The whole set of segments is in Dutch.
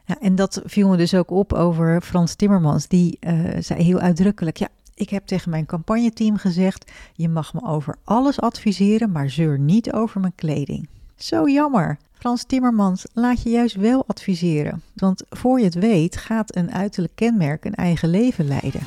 Ja, en dat viel me dus ook op over Frans Timmermans. Die zei heel uitdrukkelijk, ja, ik heb tegen mijn campagneteam gezegd, je mag me over alles adviseren, maar zeur niet over mijn kleding. Zo jammer. Frans Timmermans laat je juist wel adviseren. Want voor je het weet gaat een uiterlijk kenmerk een eigen leven leiden.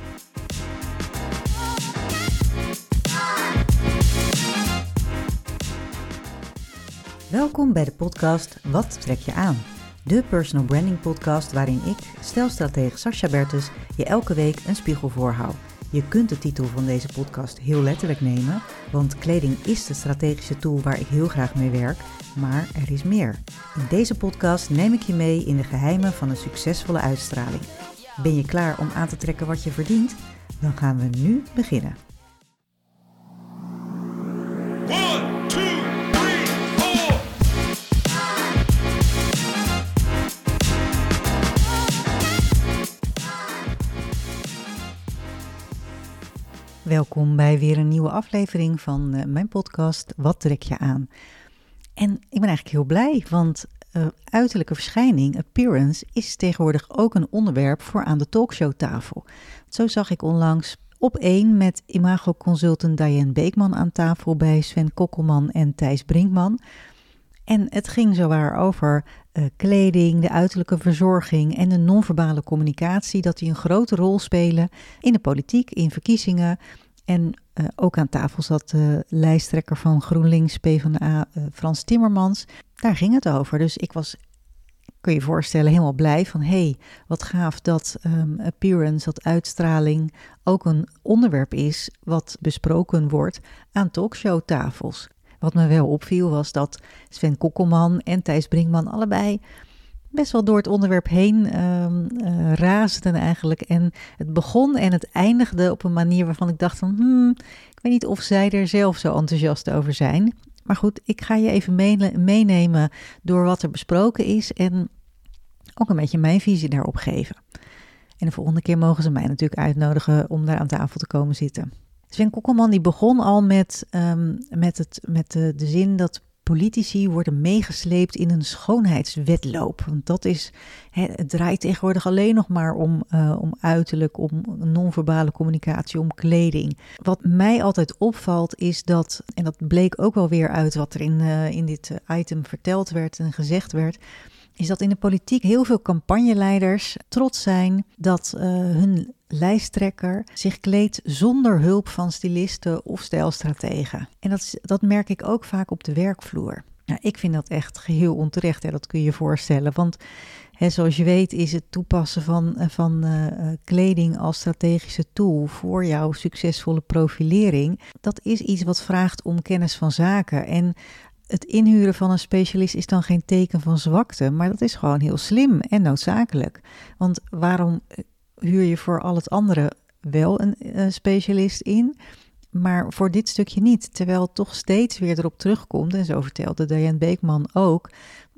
Welkom bij de podcast Wat trek je aan? De personal branding podcast waarin ik, stijlstratege Sascha Bertens, je elke week een spiegel voorhoud. Je kunt de titel van deze podcast heel letterlijk nemen, want kleding is de strategische tool waar ik heel graag mee werk, maar er is meer. In deze podcast neem ik je mee in de geheimen van een succesvolle uitstraling. Ben je klaar om aan te trekken wat je verdient? Dan gaan we nu beginnen. Welkom bij weer een nieuwe aflevering van mijn podcast Wat trek je aan? En ik ben eigenlijk heel blij, want uiterlijke verschijning, appearance, is tegenwoordig ook een onderwerp voor aan de talkshowtafel. Zo zag ik onlangs op 1 met imago-consultant Diane Beekman aan tafel bij Sven Kokkelman en Thijs Brinkman. En het ging zowaar over kleding, de uiterlijke verzorging en de non-verbale communicatie, dat die een grote rol spelen in de politiek, in verkiezingen. En ook aan tafel zat de lijsttrekker van GroenLinks PvdA, Frans Timmermans. Daar ging het over. Dus ik was, kun je je voorstellen, helemaal blij van wat gaaf dat appearance, dat uitstraling ook een onderwerp is wat besproken wordt aan talkshowtafels. Wat me wel opviel was dat Sven Kokkelman en Thijs Brinkman allebei best wel door het onderwerp heen raasden eigenlijk. En het begon en het eindigde op een manier waarvan ik dacht van, ik weet niet of zij er zelf zo enthousiast over zijn. Maar goed, ik ga je even meenemen door wat er besproken is en ook een beetje mijn visie daarop geven. En de volgende keer mogen ze mij natuurlijk uitnodigen om daar aan tafel te komen zitten. Sven Kokkelman die begon al met de zin dat politici worden meegesleept in een schoonheidswedloop. Want dat is, het draait tegenwoordig alleen nog maar om uiterlijk, om non-verbale communicatie, om kleding. Wat mij altijd opvalt is dat, en dat bleek ook wel weer uit wat er in dit item verteld werd en gezegd werd, is dat in de politiek heel veel campagneleiders trots zijn dat hun lijsttrekker zich kleedt zonder hulp van stylisten of stijlstrategen. En dat merk ik ook vaak op de werkvloer. Nou, ik vind dat echt geheel onterecht, dat kun je je voorstellen. Want zoals je weet is het toepassen van kleding als strategische tool voor jouw succesvolle profilering, dat is iets wat vraagt om kennis van zaken. En het inhuren van een specialist is dan geen teken van zwakte, maar dat is gewoon heel slim en noodzakelijk. Want waarom huur je voor al het andere wel een specialist in, maar voor dit stukje niet? Terwijl het toch steeds weer erop terugkomt, en zo vertelde Diane Beekman ook,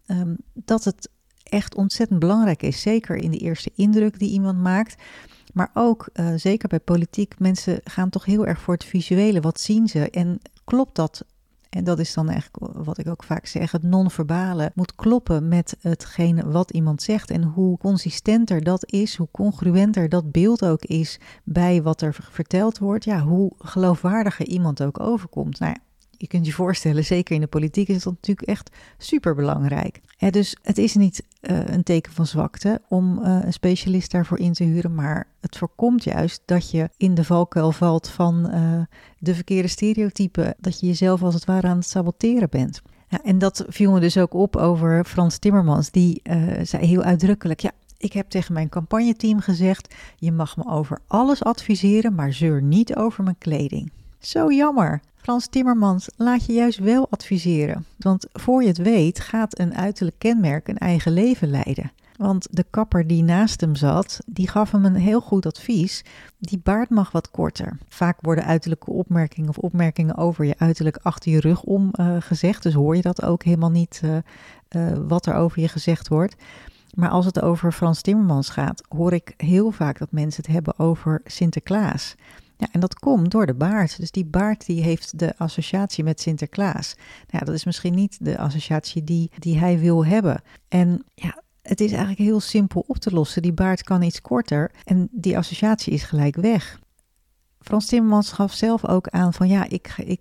dat het echt ontzettend belangrijk is. Zeker in de eerste indruk die iemand maakt. Maar ook, zeker bij politiek, mensen gaan toch heel erg voor het visuele. Wat zien ze? En klopt dat? En dat is dan eigenlijk wat ik ook vaak zeg, het non-verbale moet kloppen met hetgene wat iemand zegt. En hoe consistenter dat is, hoe congruenter dat beeld ook is bij wat er verteld wordt, hoe geloofwaardiger iemand ook overkomt. Nou ja, je kunt je voorstellen, zeker in de politiek is dat natuurlijk echt superbelangrijk. Dus het is niet een teken van zwakte om een specialist daarvoor in te huren, maar het voorkomt juist dat je in de valkuil valt van de verkeerde stereotypen, dat je jezelf als het ware aan het saboteren bent. Ja, en dat viel me dus ook op over Frans Timmermans, die zei heel uitdrukkelijk, ja, ik heb tegen mijn campagneteam gezegd, je mag me over alles adviseren, maar zeur niet over mijn kleding. Zo jammer. Frans Timmermans laat je juist wel adviseren. Want voor je het weet gaat een uiterlijk kenmerk een eigen leven leiden. Want de kapper die naast hem zat, die gaf hem een heel goed advies. Die baard mag wat korter. Vaak worden uiterlijke opmerkingen of opmerkingen over je uiterlijk achter je rug om gezegd. Dus hoor je dat ook helemaal niet wat er over je gezegd wordt. Maar als het over Frans Timmermans gaat, hoor ik heel vaak dat mensen het hebben over Sinterklaas. Ja, en dat komt door de baard. Dus die baard die heeft de associatie met Sinterklaas. Nou ja, dat is misschien niet de associatie die hij wil hebben. En ja, het is eigenlijk heel simpel op te lossen. Die baard kan iets korter en die associatie is gelijk weg. Frans Timmermans gaf zelf ook aan van ja,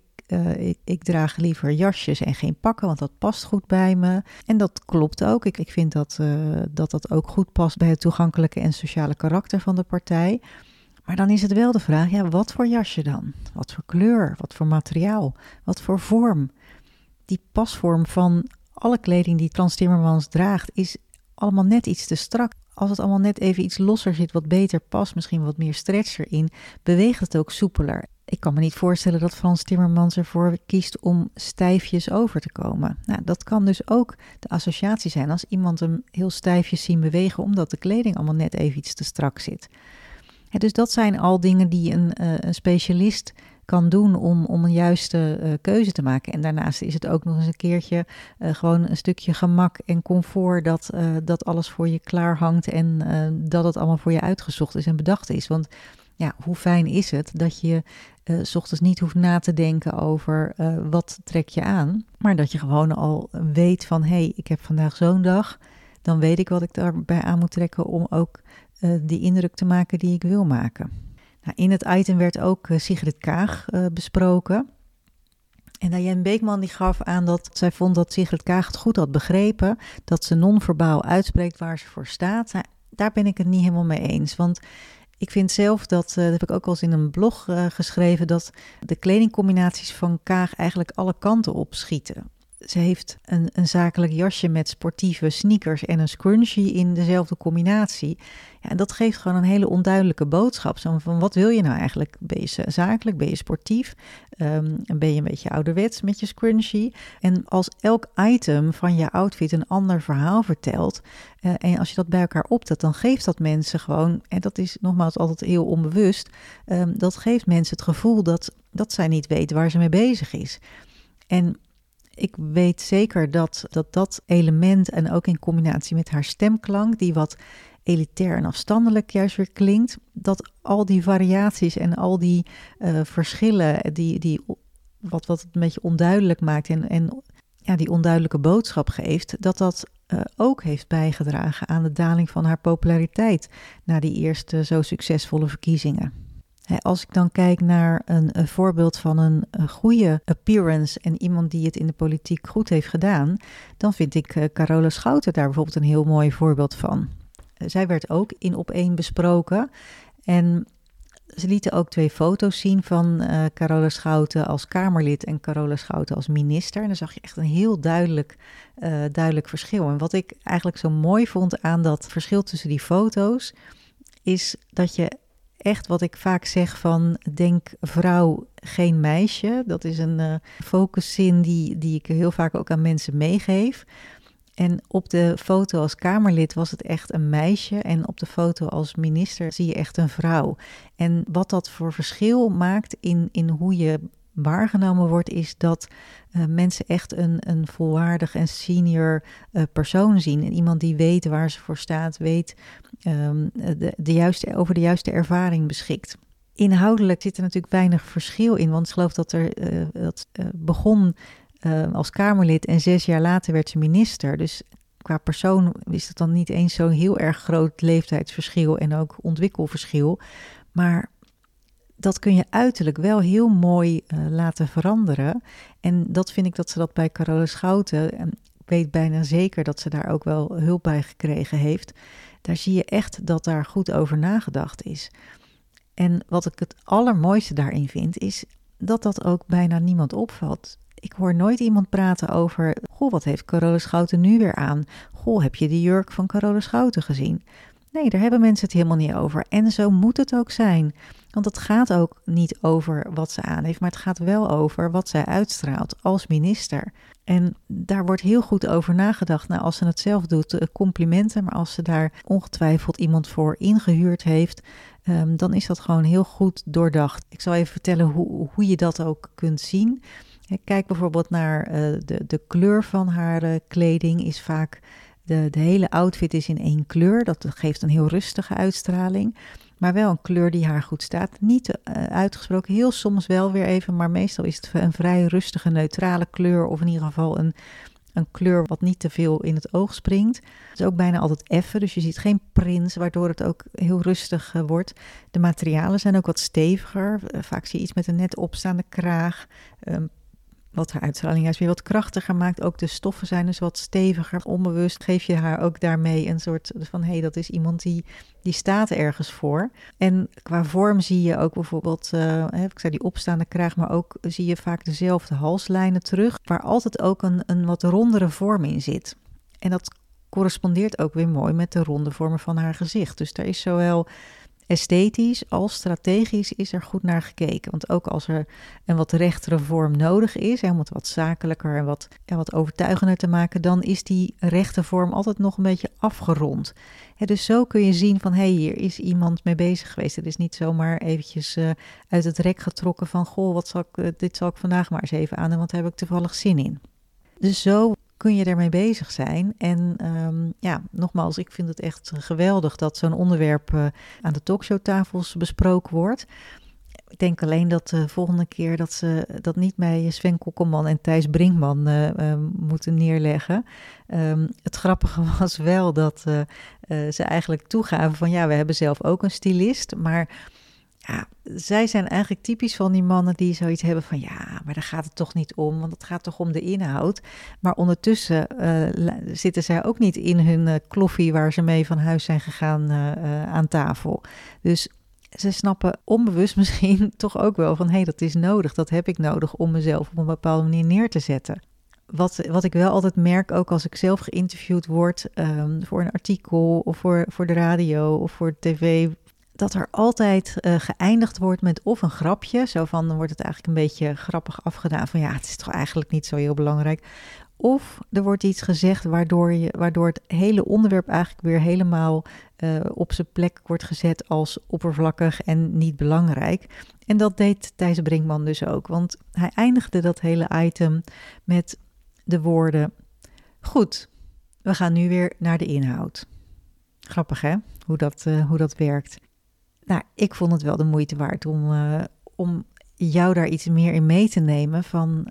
ik draag liever jasjes en geen pakken, want dat past goed bij me. En dat klopt ook. Ik vind dat ook goed past bij het toegankelijke en sociale karakter van de partij. Maar dan is het wel de vraag, ja, wat voor jasje dan? Wat voor kleur? Wat voor materiaal? Wat voor vorm? Die pasvorm van alle kleding die Frans Timmermans draagt is allemaal net iets te strak. Als het allemaal net even iets losser zit, wat beter past, misschien wat meer stretch erin, beweegt het ook soepeler. Ik kan me niet voorstellen dat Frans Timmermans ervoor kiest om stijfjes over te komen. Nou, dat kan dus ook de associatie zijn als iemand hem heel stijfjes zien bewegen, omdat de kleding allemaal net even iets te strak zit. Ja, dus dat zijn al dingen die een specialist kan doen om een juiste keuze te maken. En daarnaast is het ook nog eens een keertje gewoon een stukje gemak en comfort dat alles voor je klaar hangt en dat het allemaal voor je uitgezocht is en bedacht is. Want ja, hoe fijn is het dat je 's ochtends niet hoeft na te denken over wat trek je aan, maar dat je gewoon al weet van hey, ik heb vandaag zo'n dag, dan weet ik wat ik daarbij aan moet trekken om ook die indruk te maken die ik wil maken. Nou, in het item werd ook Sigrid Kaag besproken. En Diane Beekman die gaf aan dat zij vond dat Sigrid Kaag het goed had begrepen, dat ze non-verbaal uitspreekt waar ze voor staat. Nou, daar ben ik het niet helemaal mee eens, want ik vind zelf dat heb ik ook al eens in een blog geschreven, dat de kledingcombinaties van Kaag eigenlijk alle kanten op schieten. Ze heeft een zakelijk jasje met sportieve sneakers en een scrunchie in dezelfde combinatie. Ja, en dat geeft gewoon een hele onduidelijke boodschap. Zo van wat wil je nou eigenlijk? Ben je zakelijk? Ben je sportief? Ben je een beetje ouderwets met je scrunchie? En als elk item van je outfit een ander verhaal vertelt, en als je dat bij elkaar optelt, dan geeft dat mensen gewoon, en dat is nogmaals altijd heel onbewust, dat geeft mensen het gevoel dat zij niet weet waar ze mee bezig is. En ik weet zeker dat element en ook in combinatie met haar stemklank, die wat elitair en afstandelijk juist weer klinkt, dat al die variaties en al die verschillen, wat het een beetje onduidelijk maakt en die onduidelijke boodschap geeft, dat ook heeft bijgedragen aan de daling van haar populariteit na die eerste zo succesvolle verkiezingen. Als ik dan kijk naar een voorbeeld van een goede appearance en iemand die het in de politiek goed heeft gedaan, dan vind ik Carola Schouten daar bijvoorbeeld een heel mooi voorbeeld van. Zij werd ook in Op1 besproken en ze lieten ook 2 foto's zien van Carola Schouten als Kamerlid en Carola Schouten als minister. En dan zag je echt een heel duidelijk verschil. En wat ik eigenlijk zo mooi vond aan dat verschil tussen die foto's, is dat je echt wat ik vaak zeg van denk vrouw, geen meisje. Dat is een focuszin die ik heel vaak ook aan mensen meegeef. En op de foto als Kamerlid was het echt een meisje en op de foto als minister zie je echt een vrouw. En wat dat voor verschil maakt in hoe je waargenomen wordt, is dat mensen echt een volwaardig en senior persoon zien. En iemand die weet waar ze voor staat, weet over de juiste ervaring beschikt. Inhoudelijk zit er natuurlijk weinig verschil in, want ik geloof dat dat begon als Kamerlid en 6 jaar later werd ze minister. Dus qua persoon is het dan niet eens zo'n heel erg groot leeftijdsverschil en ook ontwikkelverschil. Maar dat kun je uiterlijk wel heel mooi laten veranderen. En dat vind ik dat ze dat bij Carola Schouten, en ik weet bijna zeker dat ze daar ook wel hulp bij gekregen heeft. Daar zie je echt dat daar goed over nagedacht is. En wat ik het allermooiste daarin vind, is dat ook bijna niemand opvalt. Ik hoor nooit iemand praten over, goh, wat heeft Carola Schouten nu weer aan? Goh, heb je de jurk van Carola Schouten gezien? Nee, daar hebben mensen het helemaal niet over. En zo moet het ook zijn. Want het gaat ook niet over wat ze aan heeft, maar het gaat wel over wat zij uitstraalt als minister. En daar wordt heel goed over nagedacht. Nou, als ze het zelf doet, complimenten. Maar als ze daar ongetwijfeld iemand voor ingehuurd heeft, dan is dat gewoon heel goed doordacht. Ik zal even vertellen hoe je dat ook kunt zien. Kijk bijvoorbeeld naar de kleur van haar kleding is vaak, de hele outfit is in 1 kleur. Dat geeft een heel rustige uitstraling. Maar wel een kleur die haar goed staat. Niet uitgesproken, heel soms wel weer even, maar meestal is het een vrij rustige, neutrale kleur. Of in ieder geval Een kleur wat niet te veel in het oog springt. Het is ook bijna altijd effen, dus je ziet geen prints, waardoor het ook heel rustig wordt. De materialen zijn ook wat steviger. Vaak zie je iets met een net opstaande kraag. Wat haar uitstraling juist weer wat krachtiger maakt. Ook de stoffen zijn dus wat steviger. Onbewust geef je haar ook daarmee een soort van... hé, dat is iemand die staat ergens voor. En qua vorm zie je ook bijvoorbeeld... ik zei die opstaande kraag, maar ook zie je vaak dezelfde halslijnen terug... waar altijd ook een wat rondere vorm in zit. En dat correspondeert ook weer mooi met de ronde vormen van haar gezicht. Dus daar is zowel... esthetisch als strategisch is er goed naar gekeken. Want ook als er een wat rechtere vorm nodig is, om het wat zakelijker en wat overtuigender te maken, dan is die rechte vorm altijd nog een beetje afgerond. Dus zo kun je zien van, hier is iemand mee bezig geweest. Het is niet zomaar eventjes uit het rek getrokken van, dit zal ik vandaag maar eens even aandoen, want daar heb ik toevallig zin in. Dus zo kun je ermee bezig zijn. En nogmaals, ik vind het echt geweldig dat zo'n onderwerp aan de talkshowtafels besproken wordt. Ik denk alleen dat de volgende keer dat ze dat niet bij Sven Kokkelman en Thijs Brinkman moeten neerleggen. Het grappige was wel dat ze eigenlijk toegaven van, we hebben zelf ook een stylist, maar... Ja, zij zijn eigenlijk typisch van die mannen die zoiets hebben van... maar daar gaat het toch niet om, want het gaat toch om de inhoud. Maar ondertussen zitten zij ook niet in hun kloffie... waar ze mee van huis zijn gegaan aan tafel. Dus ze snappen onbewust misschien toch ook wel van... dat is nodig, dat heb ik nodig om mezelf op een bepaalde manier neer te zetten. Wat ik wel altijd merk, ook als ik zelf geïnterviewd word... voor een artikel of voor de radio of voor de tv... dat er altijd geëindigd wordt met of een grapje. Zo van, dan wordt het eigenlijk een beetje grappig afgedaan. Van het is toch eigenlijk niet zo heel belangrijk. Of er wordt iets gezegd waardoor het hele onderwerp eigenlijk weer helemaal op zijn plek wordt gezet als oppervlakkig en niet belangrijk. En dat deed Thijs Brinkman dus ook. Want hij eindigde dat hele item met de woorden... Goed, we gaan nu weer naar de inhoud. Grappig hè, hoe dat werkt. Nou, ik vond het wel de moeite waard om jou daar iets meer in mee te nemen van,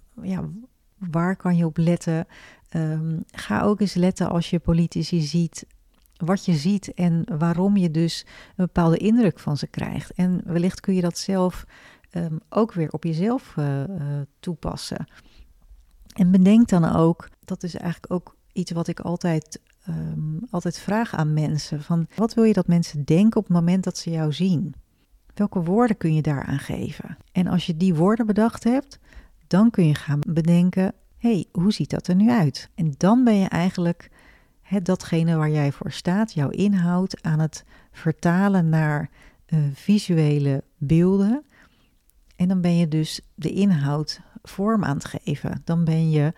waar kan je op letten? Ga ook eens letten als je politici ziet, wat je ziet en waarom je dus een bepaalde indruk van ze krijgt. En wellicht kun je dat zelf ook weer op jezelf toepassen. En bedenk dan ook, dat is eigenlijk ook iets wat ik altijd vraag aan mensen. Van, wat wil je dat mensen denken op het moment dat ze jou zien? Welke woorden kun je daaraan geven? En als je die woorden bedacht hebt, dan kun je gaan bedenken, hoe ziet dat er nu uit? En dan ben je eigenlijk datgene waar jij voor staat, jouw inhoud, aan het vertalen naar visuele beelden. En dan ben je dus de inhoud vorm aan het geven. Dan ben je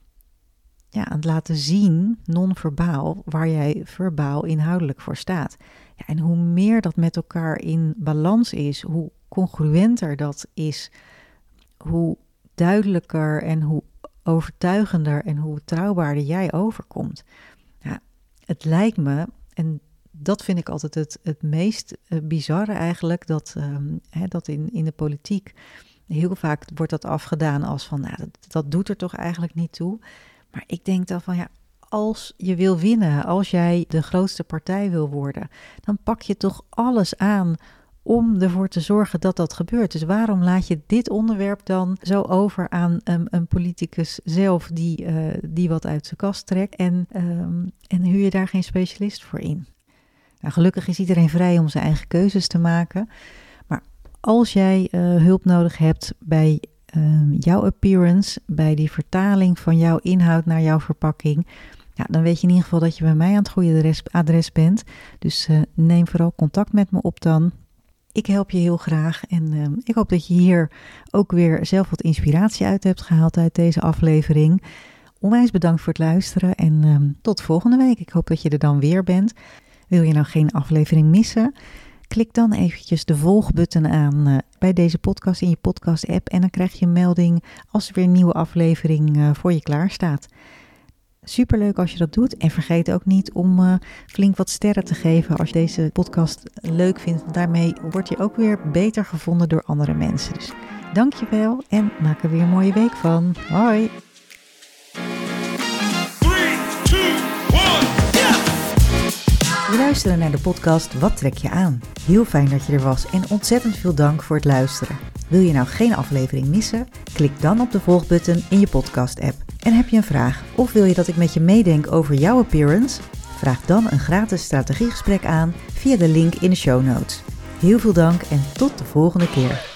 aan het laten zien, non-verbaal, waar jij verbaal inhoudelijk voor staat. Ja, en hoe meer dat met elkaar in balans is, hoe congruenter dat is, hoe duidelijker en hoe overtuigender en hoe betrouwbaarder jij overkomt. Ja, het lijkt me, en dat vind ik altijd het meest bizarre eigenlijk, dat in de politiek heel vaak wordt dat afgedaan als van, dat doet er toch eigenlijk niet toe. Maar ik denk dan van, als je wil winnen, als jij de grootste partij wil worden, dan pak je toch alles aan om ervoor te zorgen dat dat gebeurt. Dus waarom laat je dit onderwerp dan zo over aan een politicus zelf die wat uit zijn kast trekt en huur je daar geen specialist voor in? Nou, gelukkig is iedereen vrij om zijn eigen keuzes te maken. Maar als jij hulp nodig hebt bij jouw appearance, bij die vertaling van jouw inhoud naar jouw verpakking, dan weet je in ieder geval dat je bij mij aan het goede adres bent. Dus neem vooral contact met me op dan. Ik help je heel graag en ik hoop dat je hier ook weer zelf wat inspiratie uit hebt gehaald uit deze aflevering. Onwijs bedankt voor het luisteren en tot volgende week. Ik hoop dat je er dan weer bent. Wil je nou geen aflevering missen? Klik dan eventjes de volgbutton aan bij deze podcast in je podcast-app en dan krijg je een melding als er weer een nieuwe aflevering voor je klaar staat. Superleuk als je dat doet en vergeet ook niet om flink wat sterren te geven als je deze podcast leuk vindt. Want daarmee word je ook weer beter gevonden door andere mensen. Dus dankjewel en maak er weer een mooie week van. Hoi! Je luisterde naar de podcast Wat trek je aan? Heel fijn dat je er was en ontzettend veel dank voor het luisteren. Wil je nou geen aflevering missen? Klik dan op de volgbutton in je podcast-app. En heb je een vraag of wil je dat ik met je meedenk over jouw appearance? Vraag dan een gratis strategiegesprek aan via de link in de show notes. Heel veel dank en tot de volgende keer.